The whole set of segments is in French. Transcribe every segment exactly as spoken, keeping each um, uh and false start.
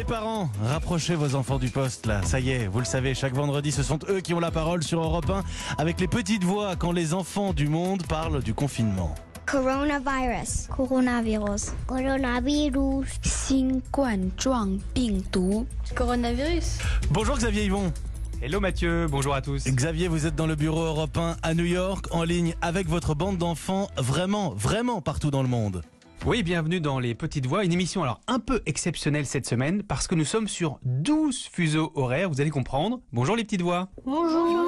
Les parents, rapprochez vos enfants du poste là, ça y est, vous le savez, chaque vendredi ce sont eux qui ont la parole sur Europe un avec les petites voix quand les enfants du monde parlent du confinement. Coronavirus. Coronavirus. Coronavirus. 新冠状病毒 Coronavirus. Bonjour Xavier Yvon. Hello Mathieu, bonjour à tous. Xavier, vous êtes dans le bureau Europe un à New York, en ligne avec votre bande d'enfants, vraiment, vraiment partout dans le monde. Oui, bienvenue dans Les Petites Voix, une émission alors un peu exceptionnelle cette semaine parce que nous sommes sur douze fuseaux horaires, vous allez comprendre. Bonjour les petites voix. Bonjour.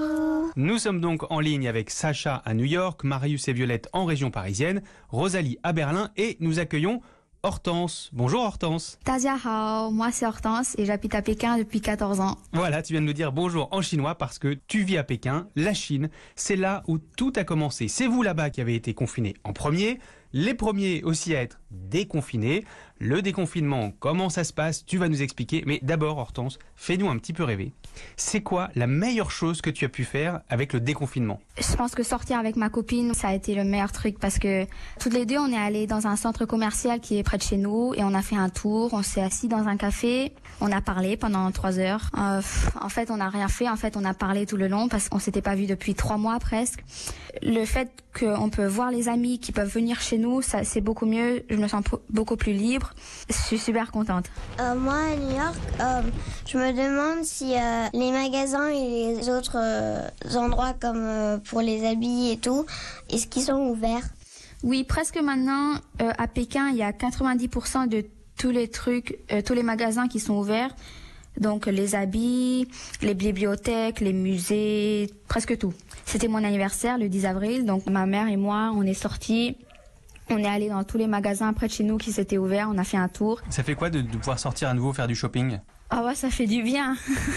Nous sommes donc en ligne avec Sacha à New York, Marius et Violette en région parisienne, Rosalie à Berlin et nous accueillons Hortense. Bonjour Hortense. 大家好, moi c'est Hortense et j'habite à Pékin depuis quatorze ans. Voilà, tu viens de nous dire bonjour en chinois parce que tu vis à Pékin, la Chine, c'est là où tout a commencé. C'est vous là-bas qui avez été confinés en premier, les premiers aussi à être déconfinés. Le déconfinement, comment ça se passe, tu vas nous expliquer. Mais d'abord Hortense, fais-nous un petit peu rêver. C'est quoi la meilleure chose que tu as pu faire avec le déconfinement ? Je pense que sortir avec ma copine, ça a été le meilleur truc parce que toutes les deux, on est allés dans un centre commercial qui est près de chez nous et on a fait un tour, on s'est assis dans un café, on a parlé pendant trois heures. Euh, en fait, on n'a rien fait, en fait, on a parlé tout le long parce qu'on s'était pas vu depuis trois mois presque. Le fait qu'on peut voir les amis qui peuvent venir chez nous, ça c'est beaucoup mieux, je me sens beaucoup plus libre. Je suis super contente. Euh, moi, à New York, euh, je me demande si euh, les magasins et les autres euh, endroits comme euh, pour les habits et tout, est-ce qu'ils sont ouverts ? Oui, presque maintenant, euh, à Pékin, il y a quatre-vingt-dix pour cent de tous les trucs, euh, tous les magasins qui sont ouverts. Donc les habits, les bibliothèques, les musées, presque tout. C'était mon anniversaire le dix avril, donc ma mère et moi, on est sortis. On est allé dans tous les magasins près de chez nous qui s'étaient ouverts, on a fait un tour. Ça fait quoi de, de pouvoir sortir à nouveau faire du shopping ? Ah ouais, ça fait du bien.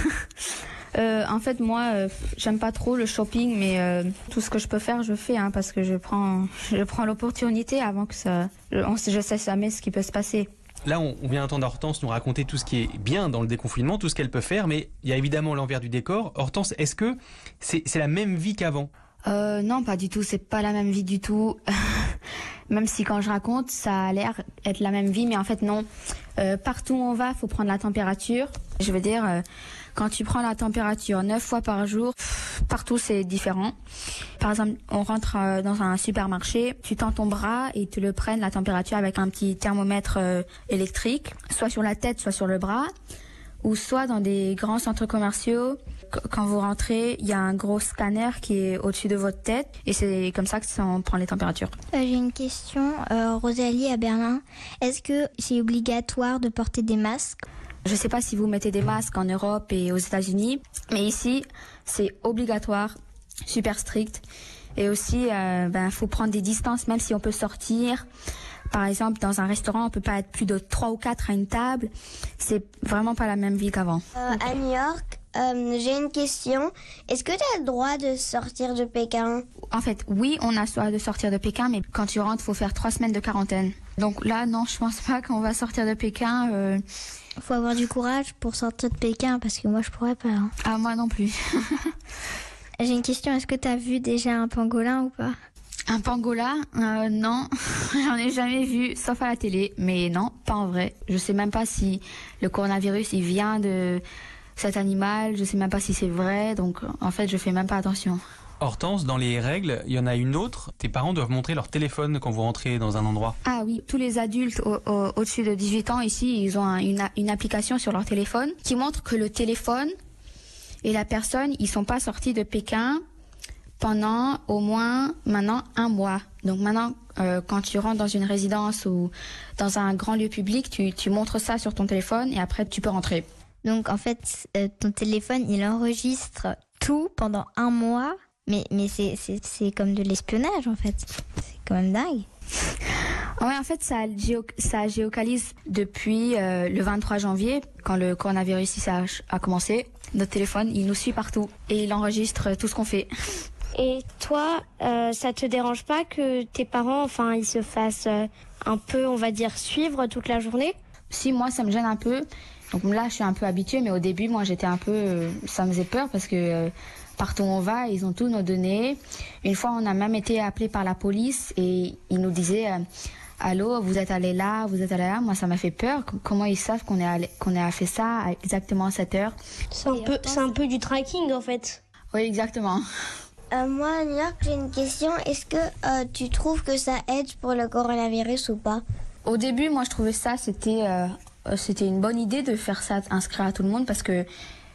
euh, en fait, moi, euh, j'aime pas trop le shopping, mais euh, tout ce que je peux faire, je fais, hein, parce que je prends, je prends l'opportunité avant que ça... On, je sais jamais ce qui peut se passer. Là, on, on vient d'entendre Hortense nous raconter tout ce qui est bien dans le déconfinement, tout ce qu'elle peut faire, mais il y a évidemment l'envers du décor. Hortense, est-ce que c'est, c'est la même vie qu'avant ? Euh, non, pas du tout. C'est pas la même vie du tout. Même si quand je raconte, ça a l'air être la même vie, mais en fait non. Euh, partout où on va, faut prendre la température. Je veux dire, euh, quand tu prends la température neuf fois par jour, pff, partout c'est différent. Par exemple, on rentre euh, dans un supermarché, tu tends ton bras et tu le prennent la température avec un petit thermomètre euh, électrique, soit sur la tête, soit sur le bras, ou soit dans des grands centres commerciaux. Quand vous rentrez, il y a un gros scanner qui est au-dessus de votre tête et c'est comme ça que ça on prend les températures. Euh, j'ai une question, euh, Rosalie à Berlin. Est-ce que c'est obligatoire de porter des masques ? Je sais pas si vous mettez des masques en Europe et aux États-Unis, mais ici, c'est obligatoire, super strict. Et aussi, euh, ben, faut prendre des distances, même si on peut sortir. Par exemple, dans un restaurant, on peut pas être plus de trois ou quatre à une table. C'est vraiment pas la même vie qu'avant. Euh, à New York, euh, j'ai une question. Est-ce que tu as le droit de sortir de Pékin ? En fait, oui, on a le droit de sortir de Pékin, mais quand tu rentres, faut faire trois semaines de quarantaine. Donc là, non, je pense pas qu'on va sortir de Pékin. Euh... Faut avoir du courage pour sortir de Pékin, parce que moi, je pourrais pas. Hein. Ah, moi non plus. J'ai une question. Est-ce que tu as vu déjà un pangolin ou pas ? Un pangolin, euh, non, j'en ai jamais vu, sauf à la télé. Mais non, pas en vrai. Je sais même pas si le coronavirus, il vient de cet animal. Je sais même pas si c'est vrai. Donc, en fait, je fais même pas attention. Hortense, dans les règles, il y en a une autre. Tes parents doivent montrer leur téléphone quand vous rentrez dans un endroit. Ah oui, tous les adultes au, au, au-dessus de dix-huit ans ici, ils ont un, une, une application sur leur téléphone qui montre que le téléphone et la personne, ils sont pas sortis de Pékin pendant au moins maintenant un mois. Donc maintenant, euh, quand tu rentres dans une résidence ou dans un grand lieu public, tu, tu montres ça sur ton téléphone et après tu peux rentrer. Donc en fait, euh, ton téléphone, il enregistre tout pendant un mois, mais, mais c'est, c'est, c'est comme de l'espionnage en fait. C'est quand même dingue. Ouais, en fait, ça, géo, ça géocalise depuis euh, le vingt-trois janvier, quand le coronavirus ici a, a commencé. Notre téléphone, il nous suit partout et il enregistre tout ce qu'on fait. Et toi, euh, ça te dérange pas que tes parents, enfin, ils se fassent euh, un peu, on va dire, suivre toute la journée ? Si, moi, ça me gêne un peu. Donc là, je suis un peu habituée, mais au début, moi, j'étais un peu... Euh, ça me faisait peur parce que euh, partout où on va, ils ont tous nos données. Une fois, on a même été appelé par la police et ils nous disaient... Euh, allô, vous êtes allé là, vous êtes allé là. Moi, ça m'a fait peur. Comment ils savent qu'on est allé, qu'on a fait ça à exactement cette heure? C'est un peu, c'est un peu du tracking en fait. Oui, exactement. Euh, moi, à New York, j'ai une question. Est-ce que euh, tu trouves que ça aide pour le coronavirus ou pas? Au début, moi, je trouvais ça, c'était, euh, c'était une bonne idée de faire ça, inscrire à tout le monde, parce que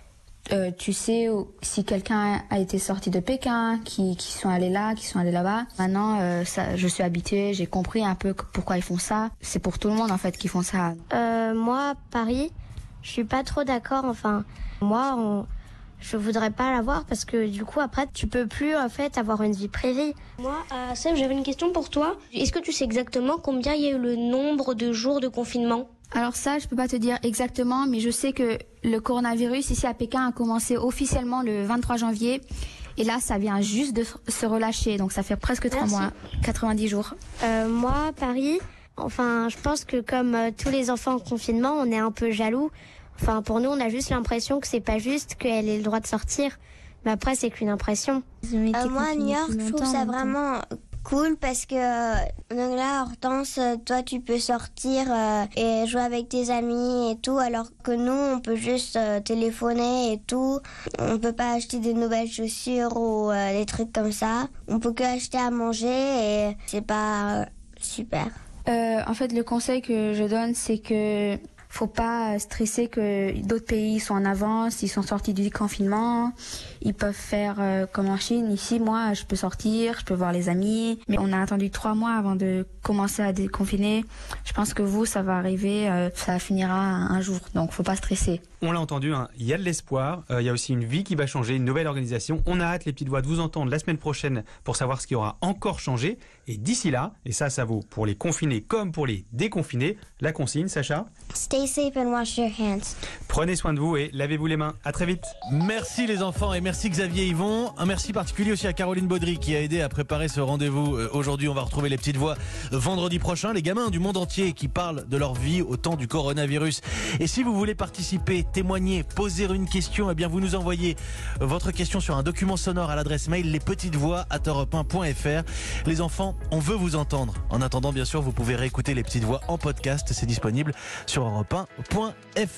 euh, tu sais si quelqu'un a été sorti de Pékin, qui, qui sont allés là, qui sont allés là-bas. Maintenant, euh, ça, je suis habituée, j'ai compris un peu pourquoi ils font ça. C'est pour tout le monde en fait qu'ils font ça. Euh, moi, Paris, je suis pas trop d'accord. Enfin, moi, on... je voudrais pas l'avoir parce que du coup après tu peux plus en fait avoir une vie privée. Moi, euh, Seb, j'avais une question pour toi. Est-ce que tu sais exactement combien il y a eu le nombre de jours de confinement? Alors ça, je peux pas te dire exactement, mais je sais que le coronavirus ici à Pékin a commencé officiellement le vingt-trois janvier. Et là, ça vient juste de se relâcher, donc ça fait presque trois mois, quatre-vingt-dix jours. Euh, moi, Paris, enfin, je pense que comme euh, tous les enfants en confinement, on est un peu jaloux. Enfin, pour nous, on a juste l'impression que c'est pas juste qu'elle ait le droit de sortir. Mais après, c'est qu'une impression. Euh, moi, à New York, je trouve ça vraiment cool parce que donc là, Hortense, toi, tu peux sortir euh, et jouer avec tes amis et tout, alors que nous, on peut juste euh, téléphoner et tout. On peut pas acheter des nouvelles chaussures ou euh, des trucs comme ça. On peut que acheter à manger et c'est pas euh, super. Euh, en fait, le conseil que je donne, c'est que faut pas stresser que d'autres pays sont en avance, ils sont sortis du confinement, ils peuvent faire euh, comme en Chine. Ici, moi, je peux sortir, je peux voir les amis, mais on a attendu trois mois avant de commencer à déconfiner. Je pense que vous, ça va arriver, euh, ça finira un jour, donc faut pas stresser. On l'a entendu, hein, il y a de l'espoir, euh, il y a aussi une vie qui va changer, une nouvelle organisation. On a hâte, les petites voix, de vous entendre la semaine prochaine pour savoir ce qui aura encore changé. Et d'ici là, et ça, ça vaut pour les confinés comme pour les déconfinés, la consigne, Sacha? Stay safe and wash your hands. Prenez soin de vous et lavez-vous les mains. À très vite. Merci les enfants et merci Xavier Yvon. Un merci particulier aussi à Caroline Baudry qui a aidé à préparer ce rendez-vous. Euh, aujourd'hui, on va retrouver les petites voix vendredi prochain. Les gamins du monde entier qui parlent de leur vie au temps du coronavirus. Et si vous voulez participer, témoigner, poser une question, eh bien vous nous envoyez votre question sur un document sonore à l'adresse mail lespetitesvoix arobase europe un point f r. Les enfants, on veut vous entendre. En attendant, bien sûr, vous pouvez réécouter les petites voix en podcast. C'est disponible sur europe un point f r.